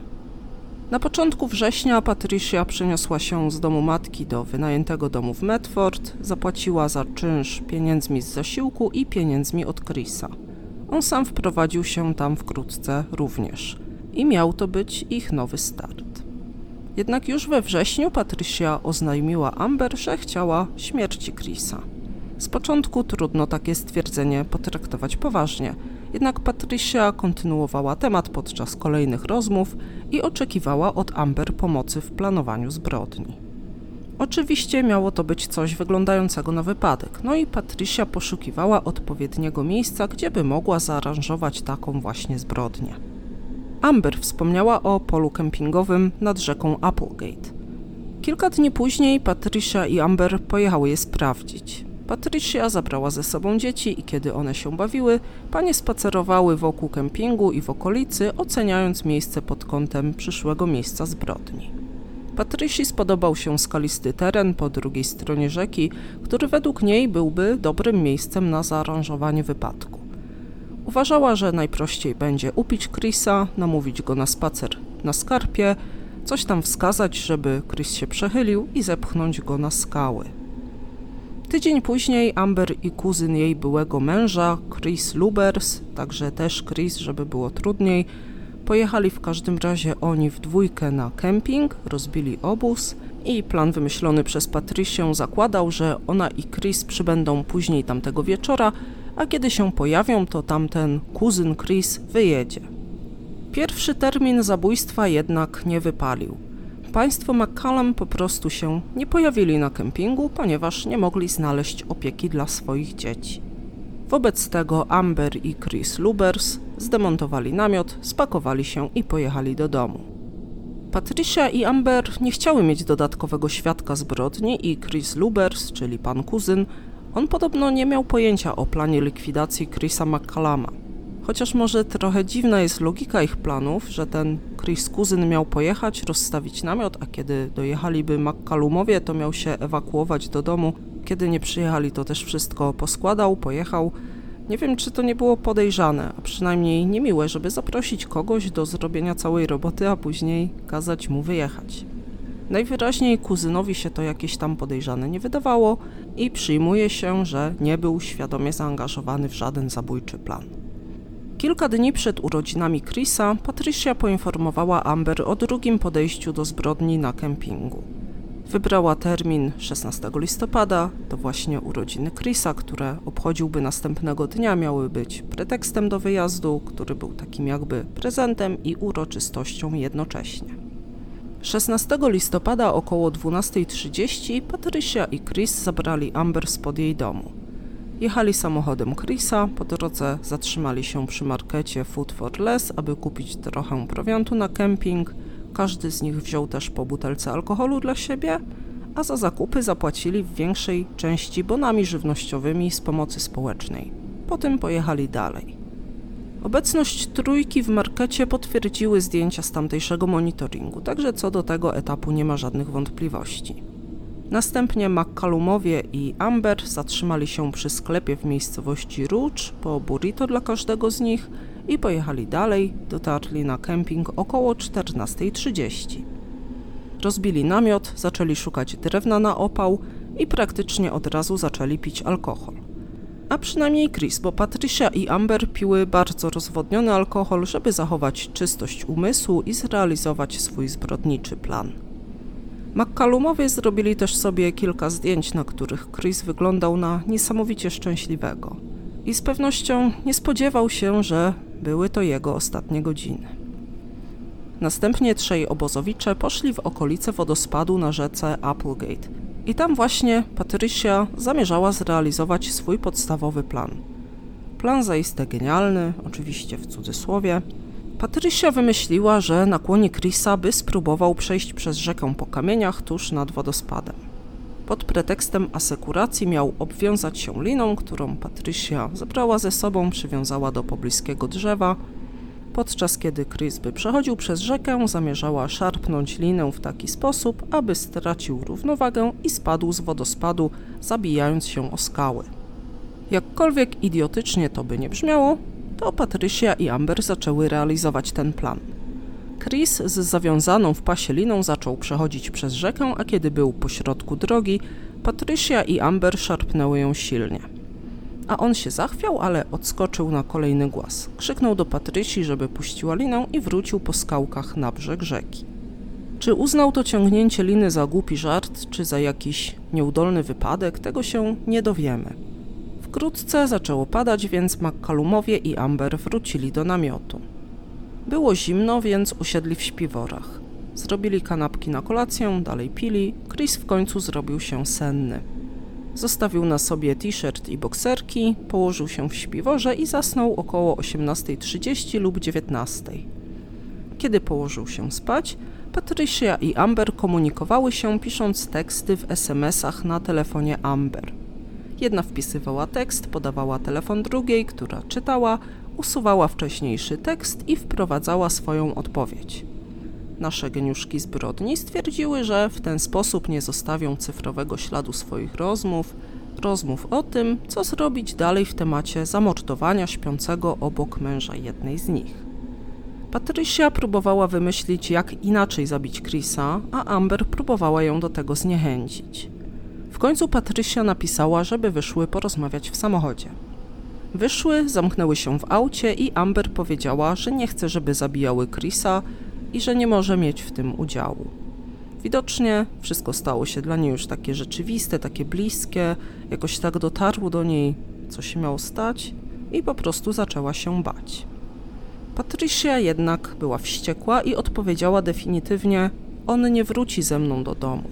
Na początku września Patrycja przeniosła się z domu matki do wynajętego domu w Medford, zapłaciła za czynsz pieniędzmi z zasiłku i pieniędzmi od Chrisa. On sam wprowadził się tam wkrótce również i miał to być ich nowy start. Jednak już we wrześniu Patrycja oznajmiła Amber, że chciała śmierci Chrisa. Z początku trudno takie stwierdzenie potraktować poważnie, jednak Patrycja kontynuowała temat podczas kolejnych rozmów i oczekiwała od Amber pomocy w planowaniu zbrodni. Oczywiście miało to być coś wyglądającego na wypadek, no i Patrycja poszukiwała odpowiedniego miejsca, gdzie by mogła zaaranżować taką właśnie zbrodnię. Amber wspomniała o polu kempingowym nad rzeką Applegate. Kilka dni później Patrycja i Amber pojechały je sprawdzić. Patrycja zabrała ze sobą dzieci i kiedy one się bawiły, panie spacerowały wokół kempingu i w okolicy, oceniając miejsce pod kątem przyszłego miejsca zbrodni. Patrycji spodobał się skalisty teren po drugiej stronie rzeki, który według niej byłby dobrym miejscem na zaaranżowanie wypadku. Uważała, że najprościej będzie upić Chrisa, namówić go na spacer na skarpie, coś tam wskazać, żeby Chris się przechylił i zepchnąć go na skały. Tydzień później Amber i kuzyn jej byłego męża, Chris Lubers, także też Chris, żeby było trudniej, pojechali w każdym razie oni w dwójkę na kemping, rozbili obóz i plan wymyślony przez Patrycję zakładał, że ona i Chris przybędą później tamtego wieczora, a kiedy się pojawią, to tamten kuzyn Chris wyjedzie. Pierwszy termin zabójstwa jednak nie wypalił. Państwo McCallum po prostu się nie pojawili na kempingu, ponieważ nie mogli znaleźć opieki dla swoich dzieci. Wobec tego Amber i Chris Lubers zdemontowali namiot, spakowali się i pojechali do domu. Patrycja i Amber nie chciały mieć dodatkowego świadka zbrodni i Chris Lubers, czyli pan kuzyn, on podobno nie miał pojęcia o planie likwidacji Chrisa McCalluma. Chociaż może trochę dziwna jest logika ich planów, że ten Chris kuzyn miał pojechać, rozstawić namiot, a kiedy dojechaliby McCallumowie, to miał się ewakuować do domu. Kiedy nie przyjechali, to też wszystko poskładał, pojechał. Nie wiem, czy to nie było podejrzane, a przynajmniej niemiłe, żeby zaprosić kogoś do zrobienia całej roboty, a później kazać mu wyjechać. Najwyraźniej kuzynowi się to jakieś tam podejrzane nie wydawało i przyjmuje się, że nie był świadomie zaangażowany w żaden zabójczy plan. Kilka dni przed urodzinami Chrisa Patrycja poinformowała Amber o drugim podejściu do zbrodni na kempingu. Wybrała termin szesnastego listopada, to właśnie urodziny Chrisa, które obchodziłby następnego dnia, miały być pretekstem do wyjazdu, który był takim jakby prezentem i uroczystością jednocześnie. szesnastego listopada około dwunastej trzydzieści Patrycja i Chris zabrali Amber spod jej domu. Jechali samochodem Chrisa, po drodze zatrzymali się przy markecie Food for Less, aby kupić trochę prowiantu na kemping. Każdy z nich wziął też po butelce alkoholu dla siebie, a za zakupy zapłacili w większej części bonami żywnościowymi z pomocy społecznej. Potem pojechali dalej. Obecność trójki w markecie potwierdziły zdjęcia z tamtejszego monitoringu, także co do tego etapu nie ma żadnych wątpliwości. Następnie McCallumowie i Amber zatrzymali się przy sklepie w miejscowości Rouge po burrito dla każdego z nich i pojechali dalej, dotarli na kemping około czternastej trzydzieści. Rozbili namiot, zaczęli szukać drewna na opał i praktycznie od razu zaczęli pić alkohol. A przynajmniej Chris, bo Patricia i Amber piły bardzo rozwodniony alkohol, żeby zachować czystość umysłu i zrealizować swój zbrodniczy plan. McCallumowie zrobili też sobie kilka zdjęć, na których Chris wyglądał na niesamowicie szczęśliwego. I z pewnością nie spodziewał się, że były to jego ostatnie godziny. Następnie trzej obozowicze poszli w okolice wodospadu na rzece Applegate. I tam właśnie Patricia zamierzała zrealizować swój podstawowy plan. Plan zaiste genialny, oczywiście w cudzysłowie. Patricia wymyśliła, że nakłoni Chrisa, by spróbował przejść przez rzekę po kamieniach tuż nad wodospadem. Pod pretekstem asekuracji miał obwiązać się liną, którą Patricia zabrała ze sobą, przywiązała do pobliskiego drzewa. Podczas kiedy Chris by przechodził przez rzekę, zamierzała szarpnąć linę w taki sposób, aby stracił równowagę i spadł z wodospadu, zabijając się o skały. Jakkolwiek idiotycznie to by nie brzmiało, to Patricia i Amber zaczęły realizować ten plan. Chris z zawiązaną w pasie liną zaczął przechodzić przez rzekę, a kiedy był pośrodku drogi, Patricia i Amber szarpnęły ją silnie. A on się zachwiał, ale odskoczył na kolejny głaz. Krzyknął do Patrici, żeby puściła linę i wrócił po skałkach na brzeg rzeki. Czy uznał to ciągnięcie liny za głupi żart, czy za jakiś nieudolny wypadek, tego się nie dowiemy. Wkrótce zaczęło padać, więc McCallumowie i Amber wrócili do namiotu. Było zimno, więc usiedli w śpiworach. Zrobili kanapki na kolację, dalej pili. Chris w końcu zrobił się senny. Zostawił na sobie t-shirt i bokserki, położył się w śpiworze i zasnął około osiemnasta trzydzieści lub dziewiętnasta. Kiedy położył się spać, Patricia i Amber komunikowały się, pisząc teksty w es em esach na telefonie Amber. Jedna wpisywała tekst, podawała telefon drugiej, która czytała, usuwała wcześniejszy tekst i wprowadzała swoją odpowiedź. Nasze geniuszki zbrodni stwierdziły, że w ten sposób nie zostawią cyfrowego śladu swoich rozmów, rozmów o tym, co zrobić dalej w temacie zamordowania śpiącego obok męża jednej z nich. Patricia próbowała wymyślić, jak inaczej zabić Chrisa, a Amber próbowała ją do tego zniechęcić. W końcu Patricia napisała, żeby wyszły porozmawiać w samochodzie. Wyszły, zamknęły się w aucie i Amber powiedziała, że nie chce, żeby zabijały Chrisa i że nie może mieć w tym udziału. Widocznie wszystko stało się dla niej już takie rzeczywiste, takie bliskie, jakoś tak dotarło do niej, co się miało stać i po prostu zaczęła się bać. Patricia jednak była wściekła i odpowiedziała definitywnie: on nie wróci ze mną do domu.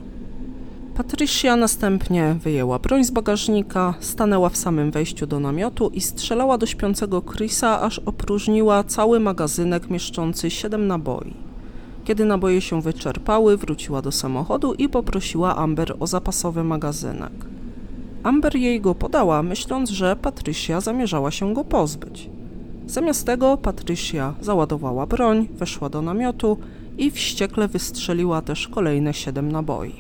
Patricia następnie wyjęła broń z bagażnika, stanęła w samym wejściu do namiotu i strzelała do śpiącego Chrisa, aż opróżniła cały magazynek mieszczący siedem naboi. Kiedy naboje się wyczerpały, wróciła do samochodu i poprosiła Amber o zapasowy magazynek. Amber jej go podała, myśląc, że Patricia zamierzała się go pozbyć. Zamiast tego Patricia załadowała broń, weszła do namiotu i wściekle wystrzeliła też kolejne siedem naboi.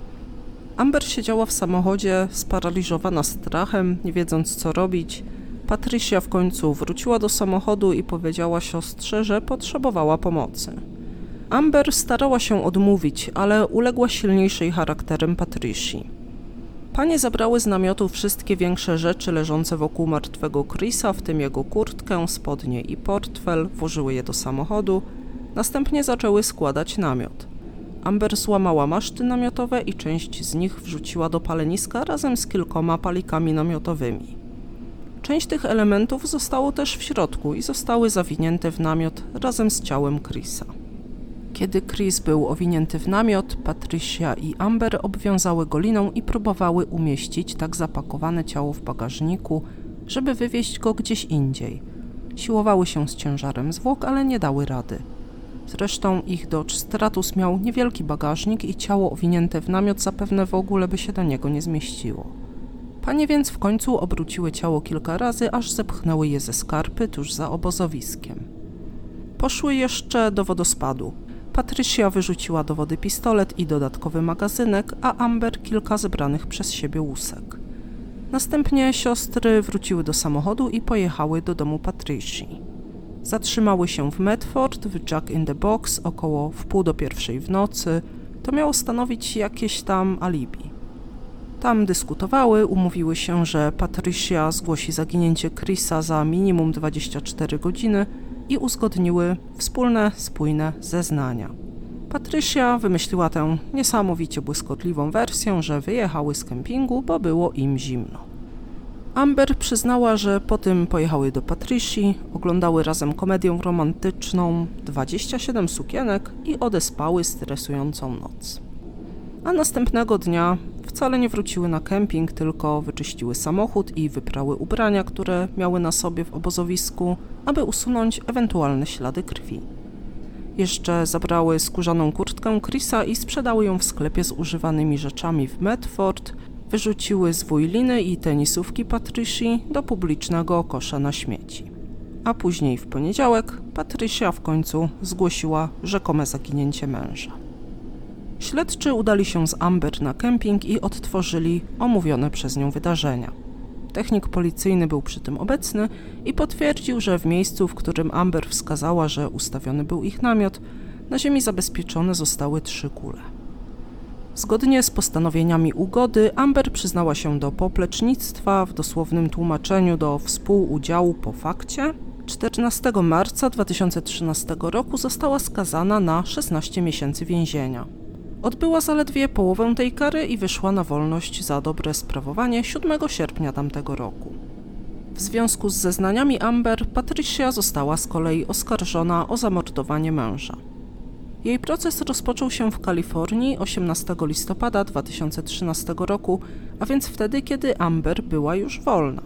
Amber siedziała w samochodzie, sparaliżowana strachem, nie wiedząc co robić. Patricia w końcu wróciła do samochodu i powiedziała siostrze, że potrzebowała pomocy. Amber starała się odmówić, ale uległa silniejszej charakterem Patricji. Panie zabrały z namiotu wszystkie większe rzeczy leżące wokół martwego Chrisa, w tym jego kurtkę, spodnie i portfel, włożyły je do samochodu, następnie zaczęły składać namiot. Amber złamała maszty namiotowe i część z nich wrzuciła do paleniska razem z kilkoma palikami namiotowymi. Część tych elementów zostało też w środku i zostały zawinięte w namiot razem z ciałem Chrisa. Kiedy Chris był owinięty w namiot, Patricia i Amber obwiązały go liną i próbowały umieścić tak zapakowane ciało w bagażniku, żeby wywieźć go gdzieś indziej. Siłowały się z ciężarem zwłok, ale nie dały rady. Zresztą ich Dodge Stratus miał niewielki bagażnik i ciało owinięte w namiot zapewne w ogóle by się do niego nie zmieściło. Panie więc w końcu obróciły ciało kilka razy, aż zepchnęły je ze skarpy tuż za obozowiskiem. Poszły jeszcze do wodospadu. Patricia wyrzuciła do wody pistolet i dodatkowy magazynek, a Amber kilka zebranych przez siebie łusek. Następnie siostry wróciły do samochodu i pojechały do domu Patricji. Zatrzymały się w Medford, w Jack in the Box około wpół do pierwszej w nocy. To miało stanowić jakieś tam alibi. Tam dyskutowały, umówiły się, że Patricia zgłosi zaginięcie Chrisa za minimum dwadzieścia cztery godziny i uzgodniły wspólne, spójne zeznania. Patricia wymyśliła tę niesamowicie błyskotliwą wersję, że wyjechały z kempingu, bo było im zimno. Amber przyznała, że po tym pojechały do Patricji, oglądały razem komedię romantyczną, dwadzieścia siedem sukienek i odespały stresującą noc. A następnego dnia wcale nie wróciły na kemping, tylko wyczyściły samochód i wyprały ubrania, które miały na sobie w obozowisku, aby usunąć ewentualne ślady krwi. Jeszcze zabrały skórzaną kurtkę Chrisa i sprzedały ją w sklepie z używanymi rzeczami w Medford, wyrzuciły zwój liny i tenisówki Patricji do publicznego kosza na śmieci. A później w poniedziałek Patricia w końcu zgłosiła rzekome zaginięcie męża. Śledczy udali się z Amber na kemping i odtworzyli omówione przez nią wydarzenia. Technik policyjny był przy tym obecny i potwierdził, że w miejscu, w którym Amber wskazała, że ustawiony był ich namiot, na ziemi zabezpieczone zostały trzy kule. Zgodnie z postanowieniami ugody, Amber przyznała się do poplecznictwa, w dosłownym tłumaczeniu do współudziału po fakcie. czternastego marca dwa tysiące trzynastego roku została skazana na szesnaście miesięcy więzienia. Odbyła zaledwie połowę tej kary i wyszła na wolność za dobre sprawowanie siódmego sierpnia tamtego roku. W związku z zeznaniami Amber, Patricia została z kolei oskarżona o zamordowanie męża. Jej proces rozpoczął się w Kalifornii osiemnastego listopada dwa tysiące trzynastego roku, a więc wtedy, kiedy Amber była już wolna.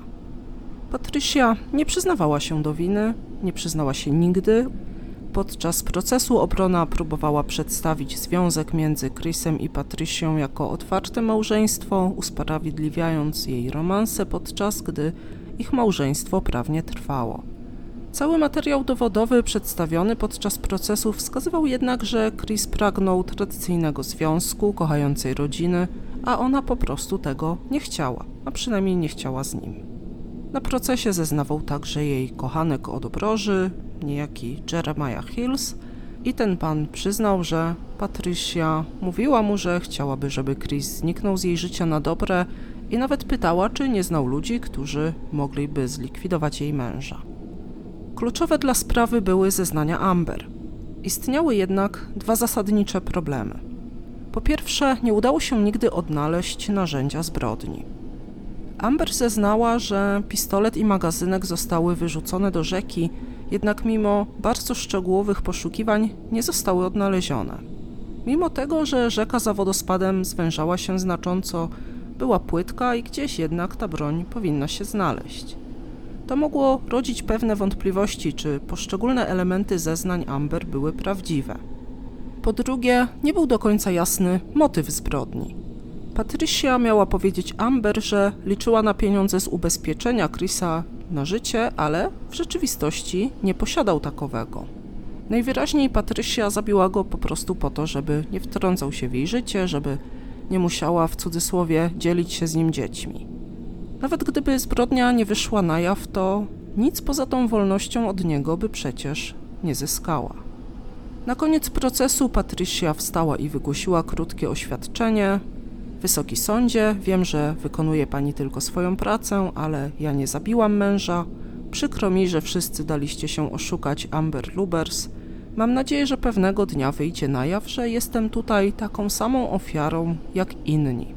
Patricia nie przyznawała się do winy, nie przyznała się nigdy. Podczas procesu obrona próbowała przedstawić związek między Chrisem i Patricią jako otwarte małżeństwo, usprawiedliwiając jej romanse, podczas gdy ich małżeństwo prawnie trwało. Cały materiał dowodowy przedstawiony podczas procesu wskazywał jednak, że Chris pragnął tradycyjnego związku, kochającej rodziny, a ona po prostu tego nie chciała, a przynajmniej nie chciała z nim. Na procesie zeznawał także jej kochanek od obroży, niejaki Jeremiah Hills, i ten pan przyznał, że Patricia mówiła mu, że chciałaby, żeby Chris zniknął z jej życia na dobre i nawet pytała, czy nie znał ludzi, którzy mogliby zlikwidować jej męża. Kluczowe dla sprawy były zeznania Amber. Istniały jednak dwa zasadnicze problemy. Po pierwsze, nie udało się nigdy odnaleźć narzędzia zbrodni. Amber zeznała, że pistolet i magazynek zostały wyrzucone do rzeki, jednak mimo bardzo szczegółowych poszukiwań nie zostały odnalezione. Mimo tego, że rzeka za wodospadem zwężała się znacząco, była płytka i gdzieś jednak ta broń powinna się znaleźć. To mogło rodzić pewne wątpliwości, czy poszczególne elementy zeznań Amber były prawdziwe. Po drugie, nie był do końca jasny motyw zbrodni. Patricia miała powiedzieć Amber, że liczyła na pieniądze z ubezpieczenia Chrisa na życie, ale w rzeczywistości nie posiadał takowego. Najwyraźniej Patricia zabiła go po prostu po to, żeby nie wtrącał się w jej życie, żeby nie musiała w cudzysłowie dzielić się z nim dziećmi. Nawet gdyby zbrodnia nie wyszła na jaw, to nic poza tą wolnością od niego by przecież nie zyskała. Na koniec procesu Patricia wstała i wygłosiła krótkie oświadczenie. Wysoki sądzie, wiem, że wykonuje pani tylko swoją pracę, ale ja nie zabiłam męża. Przykro mi, że wszyscy daliście się oszukać Amber Lubbers. Mam nadzieję, że pewnego dnia wyjdzie na jaw, że jestem tutaj taką samą ofiarą jak inni.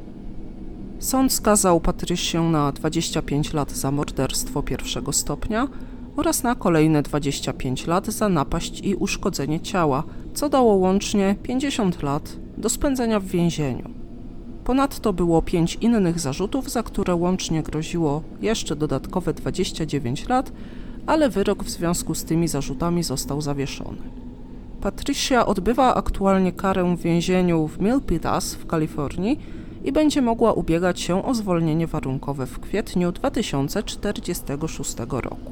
Sąd skazał Patricię na dwadzieścia pięć lat za morderstwo pierwszego stopnia oraz na kolejne dwadzieścia pięć lat za napaść i uszkodzenie ciała, co dało łącznie pięćdziesiąt lat do spędzenia w więzieniu. Ponadto było pięć innych zarzutów, za które łącznie groziło jeszcze dodatkowe dwadzieścia dziewięć lat, ale wyrok w związku z tymi zarzutami został zawieszony. Patricia odbywa aktualnie karę w więzieniu w Milpitas w Kalifornii i będzie mogła ubiegać się o zwolnienie warunkowe w kwietniu dwa tysiące czterdziestego szóstego roku.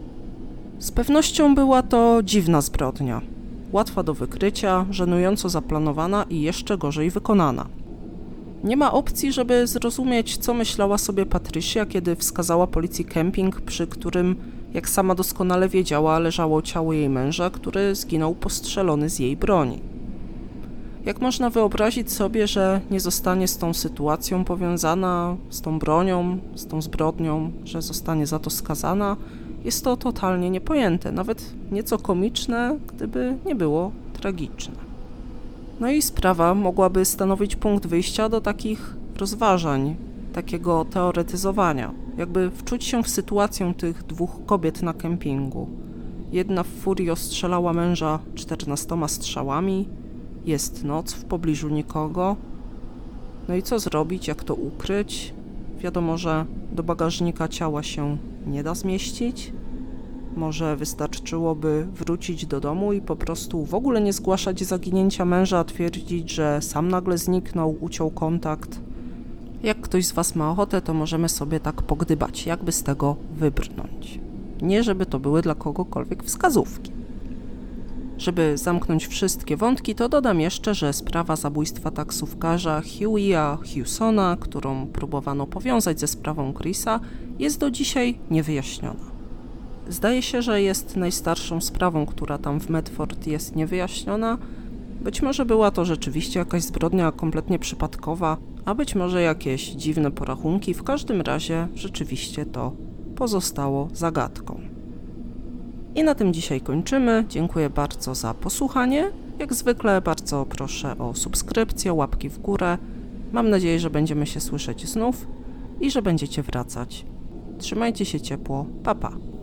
Z pewnością była to dziwna zbrodnia, łatwa do wykrycia, żenująco zaplanowana i jeszcze gorzej wykonana. Nie ma opcji, żeby zrozumieć, co myślała sobie Patricia, kiedy wskazała policji kemping, przy którym, jak sama doskonale wiedziała, leżało ciało jej męża, który zginął postrzelony z jej broni. Jak można wyobrazić sobie, że nie zostanie z tą sytuacją powiązana, z tą bronią, z tą zbrodnią, że zostanie za to skazana, jest to totalnie niepojęte, nawet nieco komiczne, gdyby nie było tragiczne. No i sprawa mogłaby stanowić punkt wyjścia do takich rozważań, takiego teoretyzowania, jakby wczuć się w sytuację tych dwóch kobiet na kempingu. Jedna w furii ostrzelała męża czternastoma strzałami, jest noc, w pobliżu nikogo. No i co zrobić, jak to ukryć? Wiadomo, że do bagażnika ciała się nie da zmieścić. Może wystarczyłoby wrócić do domu i po prostu w ogóle nie zgłaszać zaginięcia męża, a twierdzić, że sam nagle zniknął, uciął kontakt. Jak ktoś z Was ma ochotę, to możemy sobie tak pogdybać, jakby z tego wybrnąć. Nie żeby to były dla kogokolwiek wskazówki. Żeby zamknąć wszystkie wątki, to dodam jeszcze, że sprawa zabójstwa taksówkarza Huey'a Hewsona, którą próbowano powiązać ze sprawą Chrisa, jest do dzisiaj niewyjaśniona. Zdaje się, że jest najstarszą sprawą, która tam w Medford jest niewyjaśniona. Być może była to rzeczywiście jakaś zbrodnia kompletnie przypadkowa, a być może jakieś dziwne porachunki. W każdym razie rzeczywiście to pozostało zagadką. I na tym dzisiaj kończymy. Dziękuję bardzo za posłuchanie. Jak zwykle bardzo proszę o subskrypcję, łapki w górę. Mam nadzieję, że będziemy się słyszeć znów i że będziecie wracać. Trzymajcie się ciepło. Pa, pa.